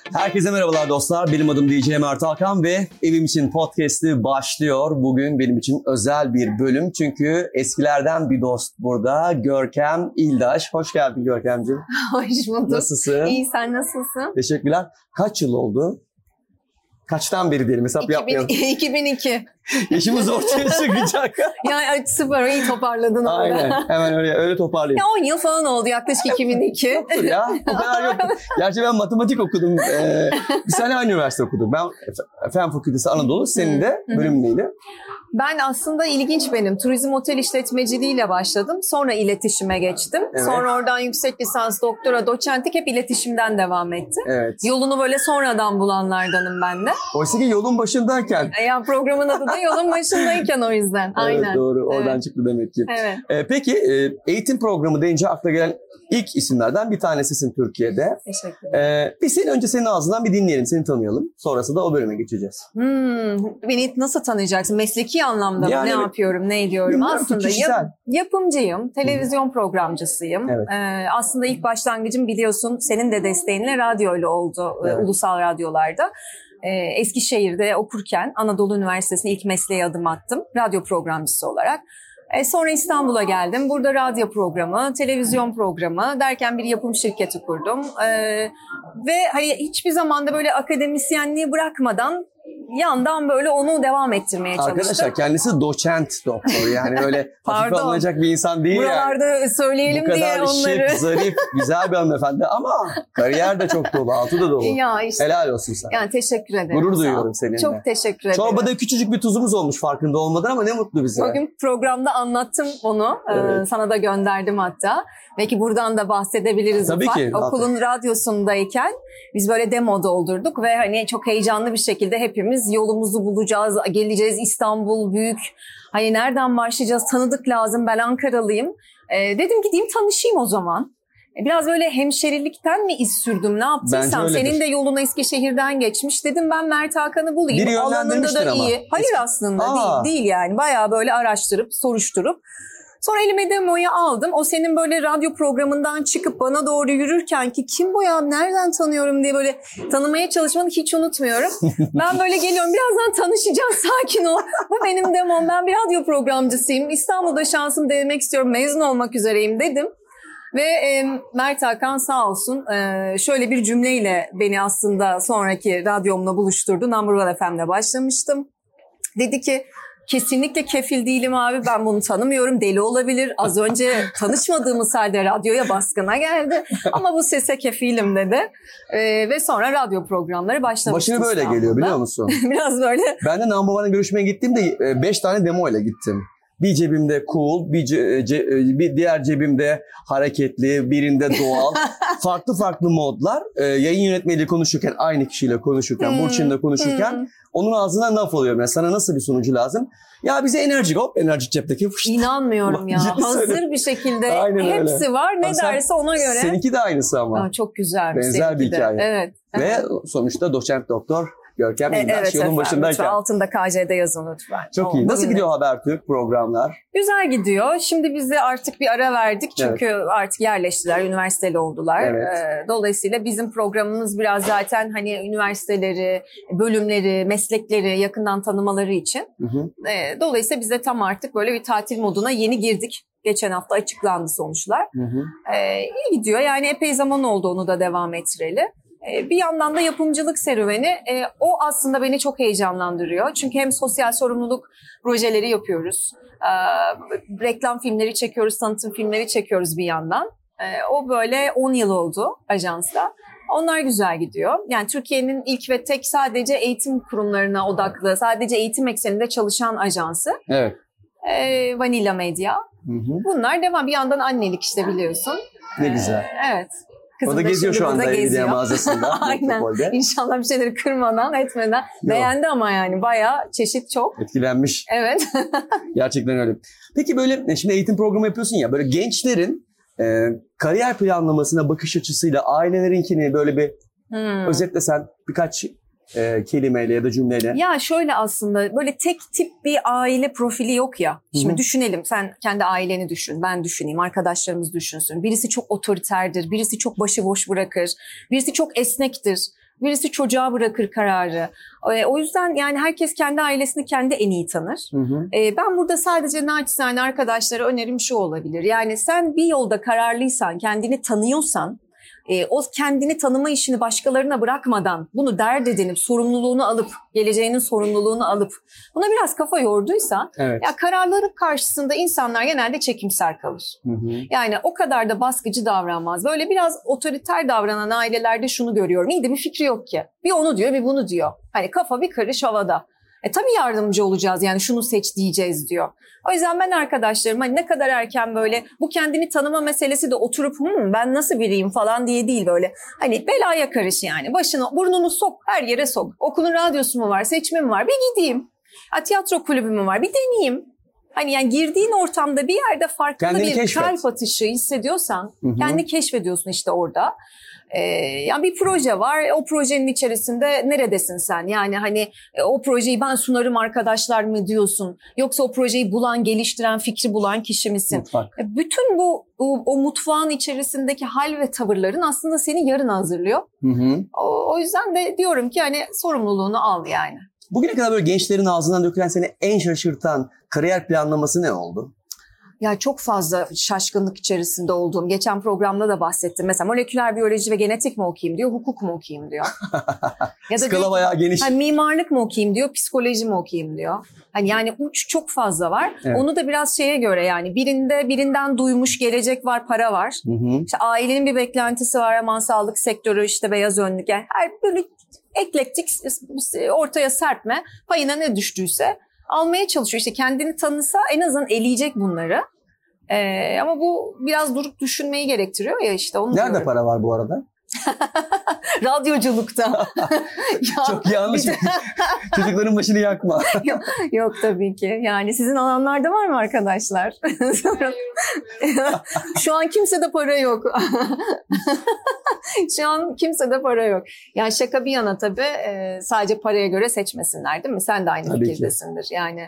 Herkese merhabalar dostlar. Benim adım DJ Mert Hakan ve Evim İçin Podcast'i başlıyor. Bugün benim için özel bir bölüm. Çünkü eskilerden bir dost burada. Görkem İldaş. Hoş geldin Görkemciğim. Hoş bulduk. Nasılsın? İyi, sen nasılsın? Teşekkürler. Kaç yıl oldu? Kaçtan beri diyelim, hesap yapmayalım. 2002. Yaşımız ortaya çıkacak. Yani süper, iyi toparladın orada. Aynen. Hemen öyle toparlayayım. Ya 10 yıl falan oldu yaklaşık 2002. Yoktur ya. O kadar yok. Gerçi ben matematik okudum. Bir sene aynı üniversite okudum. Ben Fen Fakültesi Anadolu. Senin de bölüm neydi? Ben aslında ilginç benim. Turizm otel işletmeciliğiyle başladım. Sonra iletişime geçtim. Evet. Sonra oradan yüksek lisans, doktora, doçentlik hep iletişimden devam etti. Evet. Yolunu böyle sonradan bulanlardanım ben de. Oysa ki yolun başındayken. Yani programın adı da yolun başındayken o yüzden. Aynen. Evet, doğru. Oradan evet. çıktı demek ki. Evet. Peki eğitim programı deyince akla gelen ilk isimlerden bir tanesisin Türkiye'de. Teşekkür ederim. Biz önce senin ağzından bir dinleyelim, seni tanıyalım. Sonrasında o bölüme geçeceğiz. Beni nasıl tanıyacaksın? Mesleki anlamda yani, ne yapıyorum, ne ediyorum? Bilmiyorum, aslında yapımcıyım, televizyon programcısıyım. Evet. Aslında ilk başlangıcım biliyorsun senin de desteğinle radyoyla oldu, evet. Ulusal radyolarda. Eskişehir'de okurken Anadolu Üniversitesi'ne ilk mesleğe adım attım, radyo programcısı olarak. Sonra İstanbul'a geldim. Burada radyo programı, televizyon programı derken bir yapım şirketi kurdum. Ve hani hiçbir zaman da böyle akademisyenliği bırakmadan yandan böyle onu devam ettirmeye çalıştım. Arkadaşlar kendisi doçent doktor, yani öyle hafife alınacak bir insan değil. Buralarda yani söyleyelim diye onları. Bu kadar şık, zarif, güzel bir hanımefendi ama kariyer de çok dolu, altı da dolu. Ya işte, helal olsun sana. Yani teşekkür ederim. Gurur duyuyorum seninle. Çok teşekkür ederim. Çorbada küçücük bir tuzumuz olmuş farkında olmadan ama ne mutlu bize. Bugün programda anlattım onu. Evet. Sana da gönderdim hatta. Belki buradan da bahsedebiliriz. Tabii ufak. ki. Okulun radyosundayken biz böyle demo doldurduk ve hani çok heyecanlı bir şekilde hepimiz yolumuzu bulacağız, geleceğiz, İstanbul büyük. Hani nereden başlayacağız, tanıdık lazım, ben Ankaralıyım. Dedim gideyim tanışayım o zaman. Biraz böyle hemşerilikten mi iz sürdüm, ne yaptıysam. Senin de yolun Eskişehir'den geçmiş. Dedim ben Mert Hakan'ı bulayım. Biri alanında da ama. iyi. Hayır aslında değil yani. Bayağı böyle araştırıp, soruşturup. Sonra elime demoyu aldım. O senin böyle radyo programından çıkıp bana doğru yürürken ki kim bu ya, nereden tanıyorum diye böyle tanımaya çalışmanı hiç unutmuyorum. Ben böyle geliyorum, birazdan tanışacağız, sakin ol. Bu benim demom, ben bir radyo programcısıyım. İstanbul'da şansım denemek istiyorum, mezun olmak üzereyim dedim. Ve Mert Hakan sağ olsun şöyle bir cümleyle beni aslında sonraki radyomla buluşturdu. Number One FM'de başlamıştım. Dedi ki kesinlikle kefil değilim abi, ben bunu tanımıyorum, deli olabilir. Az önce tanışmadığımız halde radyoya baskına geldi ama bu sese kefilim dedi. Ve sonra radyo programları başlamıştı. Başına böyle İstanbul'da. geliyor biliyor musun? Biraz böyle. Ben de Number One'a görüşmeye gittiğimde 5 tane demo ile gittim. Bir cebimde cool, bir diğer cebimde hareketli, birinde doğal. farklı modlar. Yayın yönetmeniyle konuşurken, aynı kişiyle konuşurken, Burçin'le konuşurken onun ağzından laf oluyor. Yani sana nasıl bir sunucu lazım? Ya bize enerjik, enerjik cepteki. İnanmıyorum ya. Hazır bir şekilde aynen hepsi öyle. var. Ne derse ona göre. Seninki de aynısı ama. Çok güzel. Benzer bir hikaye. Evet. Ve sonuçta doçent doktor Görkem İldaş yolun başındayken. Lütfen altında KJ'de yazın lütfen. Çok iyi. Nasıl gidiyor Habertürk programlar? Güzel gidiyor. Şimdi biz de artık bir ara verdik. Çünkü artık yerleştiler, üniversiteli oldular. Evet. Dolayısıyla bizim programımız biraz zaten hani üniversiteleri, bölümleri, meslekleri yakından tanımaları için. Dolayısıyla biz de tam artık böyle bir tatil moduna yeni girdik. Geçen hafta açıklandı sonuçlar. İyi gidiyor. Yani epey zaman oldu onu da devam ettireli. Bir yandan da yapımcılık serüveni, o aslında beni çok heyecanlandırıyor. Çünkü hem sosyal sorumluluk projeleri yapıyoruz, reklam filmleri çekiyoruz, tanıtım filmleri çekiyoruz bir yandan. O böyle 10 yıl oldu ajansta. Onlar güzel gidiyor. Yani Türkiye'nin ilk ve tek sadece eğitim kurumlarına odaklı, sadece eğitim ekseninde çalışan ajansı. Evet. Vanilla Medya. Bunlar devam. Bir yandan annelik işte biliyorsun. Ne güzel. Evet. O da geziyor şu anda Media mağazasında. Aynen. İnşallah bir şeyleri kırmadan, etmeden. Yok. Beğendi ama yani bayağı çeşit çok. Etkilenmiş. Evet. Gerçekten öyle. Peki böyle şimdi eğitim programı yapıyorsun ya, böyle gençlerin kariyer planlamasına bakış açısıyla ailelerinkini böyle bir özetlesen birkaç kelimeyle ya da cümleyle. Ya şöyle aslında böyle tek tip bir aile profili yok ya. Şimdi düşünelim, sen kendi aileni düşün, ben düşüneyim, arkadaşlarımız düşünsün. Birisi çok otoriterdir, birisi çok başıboş bırakır, birisi çok esnektir. Birisi çocuğa bırakır kararı. O yüzden yani herkes kendi ailesini kendi en iyi tanır. Hı hı. Ben burada sadece naçizane arkadaşlara önerim şu olabilir. Yani sen bir yolda kararlıysan, kendini tanıyorsan, o kendini tanıma işini başkalarına bırakmadan bunu dert edinip, sorumluluğunu alıp, geleceğinin sorumluluğunu alıp buna biraz kafa yorduysan, Evet. ya kararların karşısında insanlar genelde çekimser kalır. Hı hı. Yani o kadar da baskıcı davranmaz. Böyle biraz otoriter davranan ailelerde şunu görüyorum. İyi de bir fikri yok ki. Bir onu diyor, bir bunu diyor. Hani kafa bir karış havada. Tabii yardımcı olacağız, yani şunu seç diyeceğiz diyor. O yüzden ben arkadaşlarım hani ne kadar erken böyle bu kendini tanıma meselesi de oturup ben nasıl biriyim falan diye değil, böyle. Hani belaya karış yani. Başını burnunu sok, her yere sok. Okulun radyosu mu var, seçme mi var, bir gideyim. Tiyatro kulübü mü var, bir deneyeyim. Hani yani girdiğin ortamda bir yerde farklı Kendini bir keşfet. kalp atışı hissediyorsan, Hı-hı. kendi keşfediyorsun işte orada. Yani bir proje var, o projenin içerisinde neredesin sen? Yani hani o projeyi ben sunarım arkadaşlar mı diyorsun? Yoksa o projeyi bulan, geliştiren, fikri bulan kişi misin? Mutfak. Bütün o mutfağın içerisindeki hal ve tavırların aslında seni yarın hazırlıyor. Hı hı. O yüzden de diyorum ki hani sorumluluğunu al yani. Bugüne kadar böyle gençlerin ağzından dökülen seni en şaşırtan kariyer planlaması ne oldu? Ya çok fazla şaşkınlık içerisinde olduğum, geçen programda da bahsettim. Mesela moleküler biyoloji ve genetik mi okuyayım diyor, hukuk mu okuyayım diyor. Ya da Skala bayağı geniş. Hani mimarlık mı okuyayım diyor, psikoloji mi okuyayım diyor. Hani yani uç çok fazla var. Evet. Onu da biraz şeye göre, yani birinden duymuş, gelecek var, para var. Hı hı. İşte ailenin bir beklentisi var, aman sağlık sektörü, işte beyaz önlük. Yani her böyle eklektik ortaya serpme, payına ne düştüyse almaya çalışıyor. İşte kendini tanısa en azından eleyecek bunları. Ama bu biraz durup düşünmeyi gerektiriyor ya, işte onu Nerede diyorum. para var bu arada? Radyoculukta. Ya, Çok yanlış. Çocukların başını yakma. yok tabii ki. Yani sizin alanlarda var mı arkadaşlar? Şu an kimsede para yok. Şu an kimsede para yok. Yani şaka bir yana tabii, sadece paraya göre seçmesinler değil mi? Sen de aynı Tabii fikirdesindir. Yani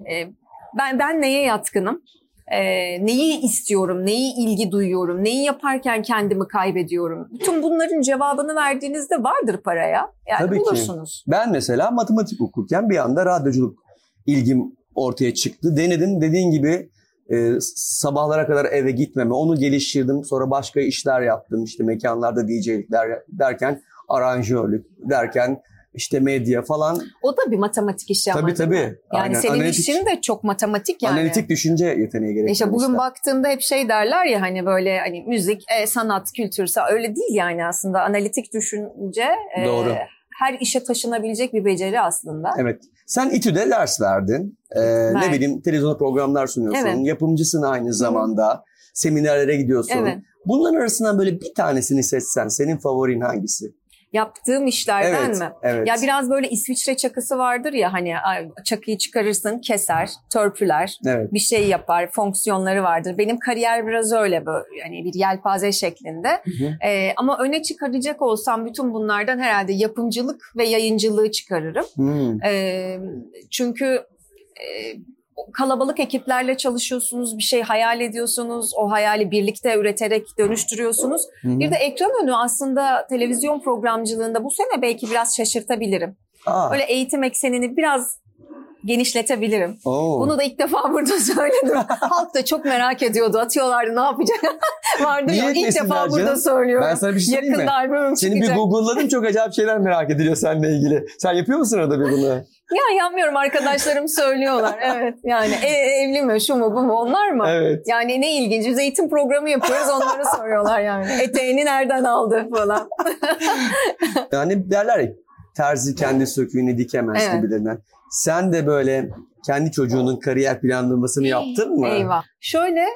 ben neye yatkınım? Neyi istiyorum, neyi ilgi duyuyorum, neyi yaparken kendimi kaybediyorum. Bütün bunların cevabını verdiğinizde vardır paraya. Yani Tabii bulursunuz. ki. Ben mesela matematik okurken bir anda radyoculuk ilgim ortaya çıktı. Denedim, dediğin gibi sabahlara kadar eve gitmeme, onu geliştirdim. Sonra başka işler yaptım. İşte mekanlarda DJ'likler derken, aranjörlük derken, işte medya falan. O da bir matematik işi ama. Tabii. Yani Aynen. senin Analitik, işin de çok matematik yani. analitik düşünce yeteneği gerekiyor. İşte bugün işte. baktığında hep şey derler ya, hani böyle hani müzik, sanat, kültürse öyle değil yani aslında. Analitik düşünce Doğru. her işe taşınabilecek bir beceri aslında. Evet. Sen İTÜ'de ders verdin. Ne bileyim, televizyonda programlar sunuyorsun. Evet. Yapımcısın aynı zamanda. Seminerlere gidiyorsun. Evet. Bunların arasından böyle bir tanesini seçsen, senin favorin hangisi? Yaptığım işlerden Evet, mi? evet. Ya biraz böyle İsviçre çakısı vardır ya, hani çakıyı çıkarırsın, keser, törpüler, Evet. bir şey yapar, fonksiyonları vardır. Benim kariyer biraz öyle, böyle yani bir yelpaze şeklinde. Hı hı. Ama öne çıkaracak olsam bütün bunlardan herhalde yapımcılık ve yayıncılığı çıkarırım. Hmm. Çünkü kalabalık ekiplerle çalışıyorsunuz, bir şey hayal ediyorsunuz, o hayali birlikte üreterek dönüştürüyorsunuz. Hı-hı. Bir de ekran önü aslında televizyon programcılığında bu sene belki biraz şaşırtabilirim. Böyle eğitim eksenini biraz genişletebilirim. Oo. Bunu da ilk defa burada söyledim. Halk da çok merak ediyordu. Atıyorlardı, ne yapacak? Vardı ya, ilk defa burada söylüyorum. Ben sana bir şey söyleyeyim mi? Yakında albümüm Seni çıkacak. bir Google'ladım, çok acayip şeyler merak ediliyor seninle ilgili. Sen yapıyor musun arada bir bunu? Ya yapmıyorum, arkadaşlarım söylüyorlar. Evet yani evli mi, şu mu, bu mu, onlar mı? Evet. Yani ne ilginç, biz eğitim programı yapıyoruz, onları soruyorlar yani. Eteğini nereden aldı falan. Yani derler ya, terzi kendi söküğünü dikemez Evet. gibilerinden. Sen de böyle kendi çocuğunun kariyer planlamasını yaptın mı? Eyvah. Şöyle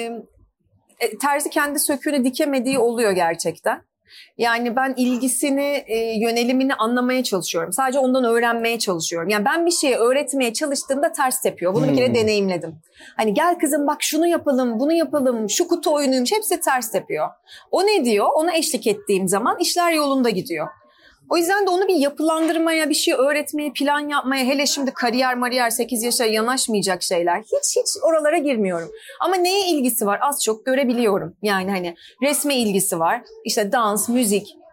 terzi kendi söküğünü dikemediği oluyor gerçekten. Yani ben ilgisini, yönelimini anlamaya çalışıyorum. Sadece ondan öğrenmeye çalışıyorum. Yani ben bir şeyi öğretmeye çalıştığımda ters tepiyor. Bunu bir kere deneyimledim. Hani gel kızım bak şunu yapalım, bunu yapalım, şu kutu oyunuymuş, hepsi ters tepiyor. O ne diyor? Ona eşlik ettiğim zaman işler yolunda gidiyor. O yüzden de onu bir yapılandırmaya, bir şey öğretmeye, plan yapmaya, hele şimdi kariyer 8 yaşa yanaşmayacak şeyler. Hiç oralara girmiyorum. Ama neye ilgisi var? Az çok görebiliyorum. Yani hani resme ilgisi var. İşte dans, müzik,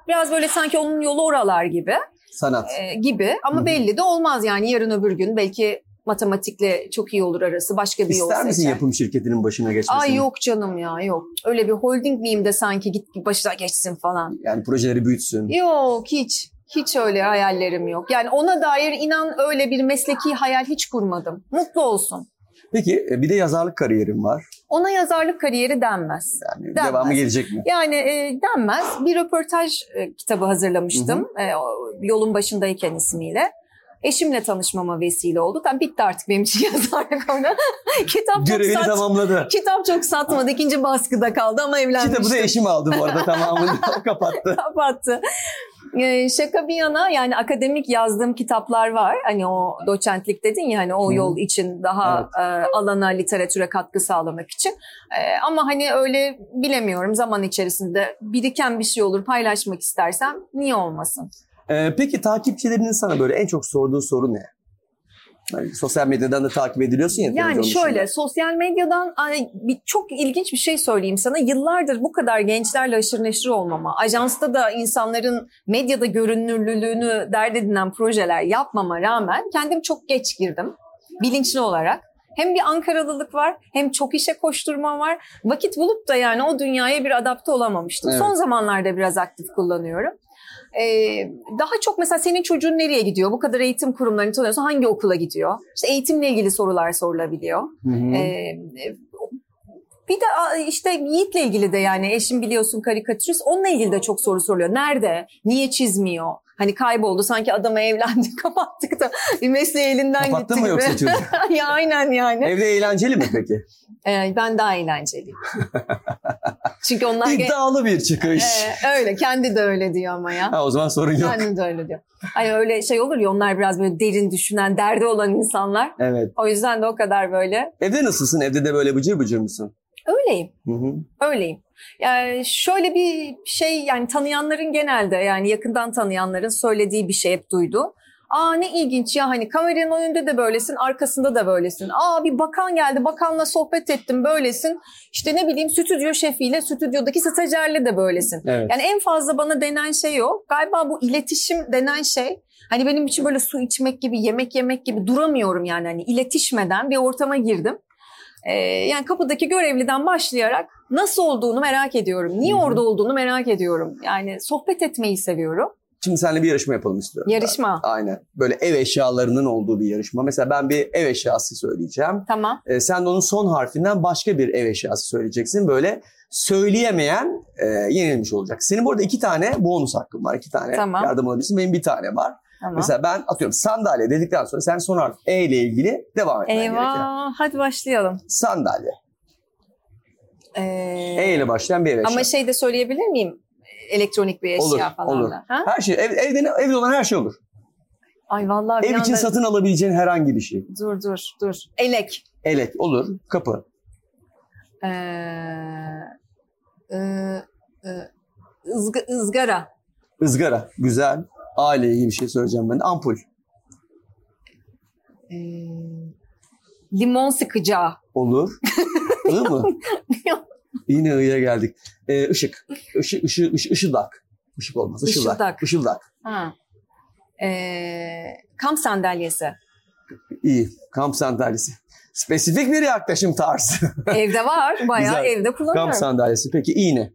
Biraz böyle sanki onun yolu oralar gibi. Sanat. Gibi ama belli de olmaz yani yarın öbür gün belki matematikle çok iyi olur arası başka bir yol seçer. İster misin yapım şirketinin başına geçmesini? Ay yok canım ya yok. Öyle bir holding miyim de sanki git başına geçsin falan. Yani projeleri büyütsün. Yok hiç öyle hayallerim yok. Yani ona dair inan öyle bir mesleki hayal hiç kurmadım. Mutlu olsun. Peki bir de yazarlık kariyerim var. Ona yazarlık kariyeri denmez. Yani devamı gelecek mi? Yani denmez. Bir röportaj kitabı hazırlamıştım. Yolun başındayken ismiyle. Eşimle tanışmama vesile oldu. Tam bitti artık benim için yazarlık orada. Görevini tamamladı. Kitap çok satmadı. İkinci baskıda kaldı ama evlenmiştim. Kitabı da eşim aldı bu arada tamamını kapattı. Kapattı. Şaka bir yana yani akademik yazdığım kitaplar var. Hani o doçentlik dedin ya hani o yol için daha alana literatüre katkı sağlamak için. Ama hani öyle bilemiyorum zaman içerisinde biriken bir şey olur paylaşmak istersem niye olmasın? Peki takipçilerinin sana böyle en çok sorduğu soru ne? Yani sosyal medyadan da takip ediliyorsun ya. Yani şöyle sosyal medyadan çok ilginç bir şey söyleyeyim sana. Yıllardır bu kadar gençlerle aşırı neşir olmama, ajansta da insanların medyada görünürlülüğünü dert edinen projeler yapmama rağmen kendim çok geç girdim bilinçli olarak. Hem bir Ankaralılık var hem çok işe koşturma var. Vakit bulup da yani o dünyaya bir adapte olamamıştım. Evet. Son zamanlarda biraz aktif kullanıyorum. Daha çok mesela senin çocuğun nereye gidiyor? Bu kadar eğitim kurumlarını tanıyorsan hangi okula gidiyor? İşte eğitimle ilgili sorular sorulabiliyor. Bir de işte Yiğit'le ilgili de yani eşim biliyorsun karikatürist. Onunla ilgili de çok soru soruluyor. Nerede? Niye çizmiyor? Hani kayboldu sanki adama evlendik kapattık da bir mesleği elinden gitti gibi. Kapattın mı yoksa çocuğu? Ya aynen yani. Evde eğlenceli mi peki? Ben daha eğlenceliyim. Çünkü onlar... İddialı bir çıkış. Öyle kendi de öyle diyor ama ya. Ha, o zaman sorun yok. Kendi de öyle diyor. Hani öyle şey olur ya onlar biraz böyle derin düşünen, derdi olan insanlar. Evet. O yüzden de o kadar böyle. Evde nasılsın? Evde de böyle bıcır bıcır mısın? Öyleyim. Hı-hı. Öyleyim. Yani şöyle bir şey yani tanıyanların genelde yani yakından tanıyanların söylediği bir şey hep duydu. Ne ilginç ya hani kameranın önünde de böylesin, arkasında da böylesin. Bir bakan geldi, bakanla sohbet ettim böylesin. İşte ne bileyim stüdyo şefiyle, stüdyodaki stajyerle de böylesin. Evet. Yani en fazla bana denen şey o. Galiba bu iletişim denen şey hani benim için böyle su içmek gibi, yemek yemek gibi duramıyorum yani hani iletişmeden bir ortama girdim. Yani kapıdaki görevliden başlayarak nasıl olduğunu merak ediyorum. Niye orada olduğunu merak ediyorum. Yani sohbet etmeyi seviyorum. Şimdi seninle bir yarışma yapalım istiyorum. Yarışma. Aynen. Böyle ev eşyalarının olduğu bir yarışma. Mesela ben bir ev eşyası söyleyeceğim. Tamam. Sen de onun son harfinden başka bir ev eşyası söyleyeceksin. Böyle söyleyemeyen yenilmiş olacak. Senin bu arada 2 tane bonus hakkın var. 2 tane yardım alabilirsin. Benim 1 tane var. Tamam. Mesela ben atıyorum sandalye dedikten sonra sen son harf E ile ilgili devam etmen gerekiyor. Eyvah. Hadi başlayalım. Sandalye. E ile başlayan bir ev eşyası. Ama şey de söyleyebilir miyim? Elektronik bir eşya olur, falan olur. da. Ha? Her şey evde olan her şey olur. Ay vallahi ev için satın alabileceğin herhangi bir şey. Dur. Elek. Elek olur. Kapı. ızgara. Izgara. Güzel. A ile ilgili bir şey söyleyeceğim ben de. Ampul. Limon sıkacağı. Olur. I mı? Yine I'ya geldik. Işık. Işıldak. Işık olmaz. Işıldak. Ha. Kamp sandalyesi. İyi. Kamp sandalyesi. Spesifik bir yaklaşım tarzı. Evde var. Bayağı evde kullanıyorum. Kamp sandalyesi. Peki iğne.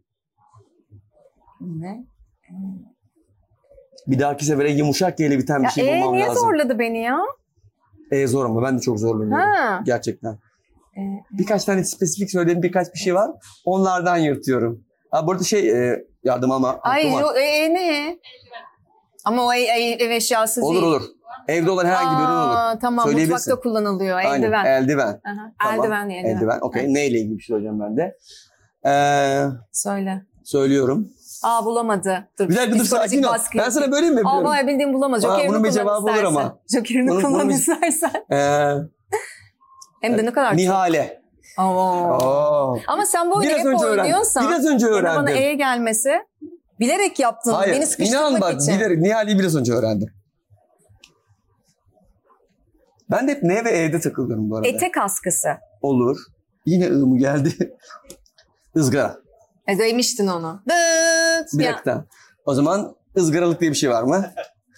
Ne? Bir dahaki sefere yumuşak G ile biten bir şey bulmam lazım. Niye zorladı beni ya? Zor ama ben de çok zorlanıyorum. Gerçekten. Birkaç tane spesifik söylediğim birkaç bir şey var. Onlardan yırtıyorum. Burada yardım ama. Ne? Ama o ev eşyası değil. Olur. Evde olan herhangi bir ürün olur. Tamam mutfakta kullanılıyor. Eldiven. Aynen, eldiven. Tamam. Eldiven. Okey. Evet. Neyle ilgili bir şey söyleyeceğim ben de. Söyle. Söylüyorum. Bulamadı. Bir dakika dur sakin ol. Ben sana böyle mi yapıyorum? Hayır bildiğim bulamaz. Bunun bir cevabı olur ama. Joker'ini kullan istersen. Hem de ne kadar Nihale. Ama sen bu oyunu hep oynuyorsan. Biraz önce öğrendim. Bana E'ye gelmesi bilerek yaptın. Hayır, beni sıkıştırmak inan bak, için. Nihale'yi biraz önce öğrendim. Ben de hep N ve E'de takılıyorum bu arada. Etek askısı. Olur. Yine I mı geldi? Izgara. Demiştin onu. Bir dakika. O zaman ızgaralık diye bir şey var mı?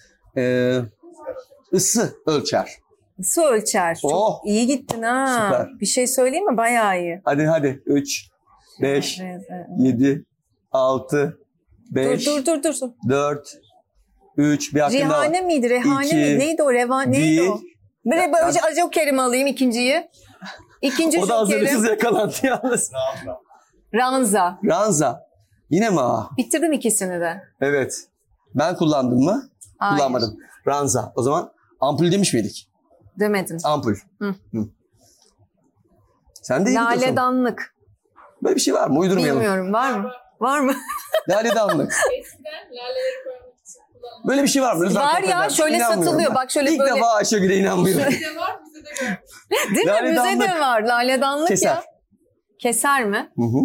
Isı ölçer. Su ölçer. Çok Oh. iyi gittin ha. Süper. Bir şey söyleyeyim mi? Bayağı iyi. Hadi. 3, 5, 7, 6, 5, Dur. 4, 3. Bir hakkında var. Rihane miydi? Rehane İki, miydi? Neydi o? Neydi o? bir. Böyle Joker'imi alayım ikinciyi. İkinci O da hazırlıksız Joker'im. yakalandı yalnız. Ranza. Ranza. Yine mi A? Bitirdim ikisini de. Evet. Ben kullandım mı? Hayır. Kullanmadım. Ranza. O zaman ampul demiş miydik? Demedin. Ampul. Hı. Sen de iyi gidiyorsun. Laledanlık. Böyle bir şey var mı? Uydurmayalım. Bilmiyorum. Var mı? Var mı? Laledanlık. Eskiden laleleri koymak için kullanılan. Böyle bir şey var mı? Lütfen Var kontrol ya, eder misin? şöyle İnanmıyorum satılıyor. ben. Bak şöyle İlk böyle. defa Ayşegül'e inanmıyorum. Bize var, bize de görmüş. Değil mi? Laledanlık. Müzede var. Laledanlık Keser. ya. Keser mi? Hı.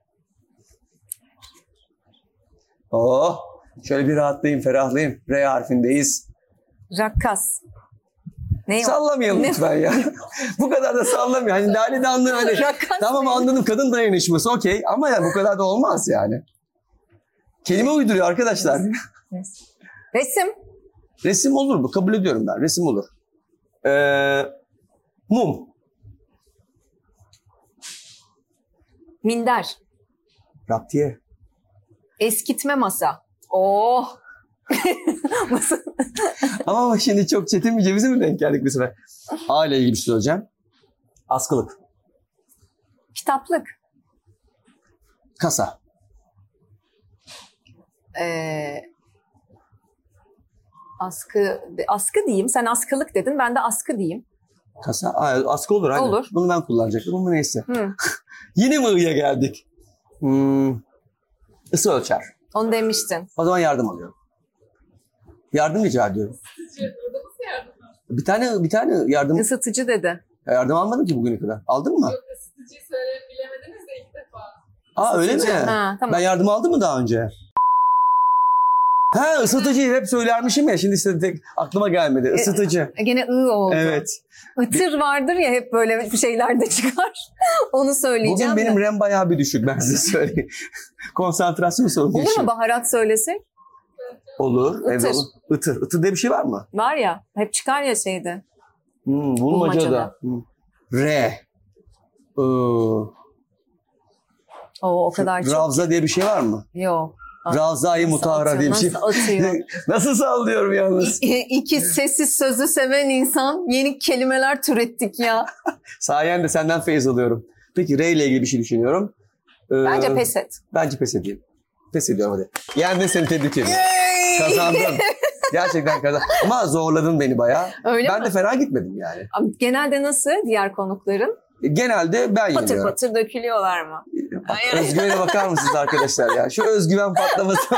Oh. Şöyle bir rahatlayayım, ferahlayayım. R harfindeyiz. Rakkas. Ne o? Sallamayalım Ne? lütfen ya. Bu kadar da sallamayalım. Hani laledanlığı hani. Rakkas Tamam ne? anladım, kadın dayanışması okey. Ama ya bu kadar da olmaz yani. Kelime uyduruyor arkadaşlar. Resim. Resim olur mu? Kabul ediyorum ben. Resim olur. Mum. Minder. Raptiye. Eskitme masa. Oh. Masa. Ama şimdi çok çetin bir cevize mi denk geldik bu sefer? A ile ilgili bir şey söyleyeceğim. Askılık. Kitaplık. Kasa. Askı diyeyim. Sen askılık dedin. Ben de askı diyeyim. Kasa. Askı olur. Aynen. Olur. Bunu ben kullanacaktım ama neyse. Hı. Yine mi I'ya geldik? Isı ölçer. Onu demiştin. O zaman yardım alıyorum. Yardım rica ediyorum. Sizce burada nasıl yardım var? Bir tane yardım. Isıtıcı dedi. Yardım almadım ki bugüne kadar. Aldın mı? Yok, ısıtıcıyı söyleyip bilemediniz de ilk defa. Öyle mi? Isıtıcı. Ha, tamam. Ben yardım aldım mı daha önce? Isıtıcıyı hep söylermişim ya. Şimdi işte tek aklıma gelmedi. Isıtıcı. Gene ı oldu. Evet. Itır vardır ya hep böyle şeylerde çıkar. Onu söyleyeceğim. Bugün benim de. RAM bayağı bir düşük, ben size söyleyeyim. Konsantrasyon sorunu Olur mu yaşıyorum. baharat söylesek? Olur. Itır. Evet, olur. Itır. Itır diye bir şey var mı? Var ya hep çıkar ya şeyde. Bulmacada. Bulmacada. R. O kadar çok. Ravza diye bir şey var mı? Yok. Ravza-i Nasıl Mutahhara diye bir şey. Nasıl atıyor? Nasıl sallıyorum yalnız? İki sessiz sözü seven insan yeni kelimeler türettik ya. Sayende senden feyiz alıyorum. Peki R ile ilgili bir şey düşünüyorum. Bence pes et. Bence pes edeyim. Pes ediyorum hadi. Yendin, seni tebrik ediyorum. Kazandın. Gerçekten kazandın. Ama zorladın beni bayağı. Öyle Ben mi? de fena gitmedim yani. Ama genelde nasıl diğer konukların? Genelde ben Patır yeniyorum. patır dökülüyorlar mı? Özgüvene bakar mısınız arkadaşlar ya? Şu özgüven patlaması.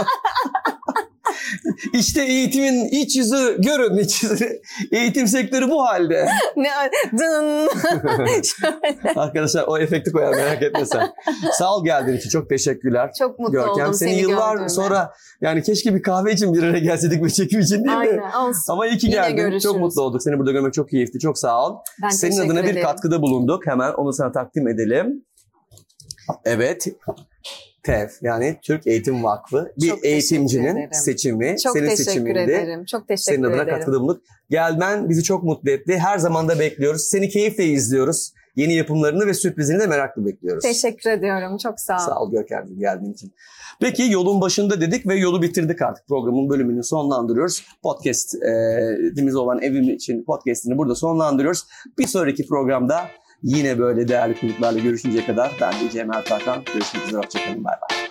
İşte eğitimin iç yüzü, görün iç yüzü. Eğitim sektörü bu halde. Ne? Dın. Şöyle. Arkadaşlar o efekti koyar, merak etme sen. Sağ ol geldiğin için, çok teşekkürler. Çok mutlu Görkem, oldum seni seni yıllar gördüğüme. sonra yani keşke bir kahve için bir araya gelseydik ve çekim için değil mi? Aynen olsun. Ama iyi ki Yine geldin. görüşürüz. Çok mutlu olduk. Seni burada görmek çok keyifli. Çok sağ ol. Ben Senin teşekkür adına bir ederim. katkıda bulunduk. Hemen onu sana takdim edelim. Evet. TEV yani Türk Eğitim Vakfı bir Çok teşekkür eğitimcinin ederim. seçimi. Çok senin teşekkür seçimindi. ederim. Çok teşekkür Senin adına ederim. katkıda bulunduk. Gelmen bizi çok mutlu etti. Her zaman da bekliyoruz. Seni keyifle izliyoruz. Yeni yapımlarını ve sürprizini de merakla bekliyoruz. Teşekkür ediyorum. Çok sağ ol. Sağ ol Görkem'cim geldiğin için. Peki yolun başında dedik ve yolu bitirdik artık. Programın bölümünü sonlandırıyoruz. Podcast'imiz olan Evim için podcast'ini burada sonlandırıyoruz. Bir sonraki programda yine böyle değerli konuklarla görüşünceye kadar ben de Cem Ertakan. Görüşmek üzere. Hoşçakalın. Bay bay.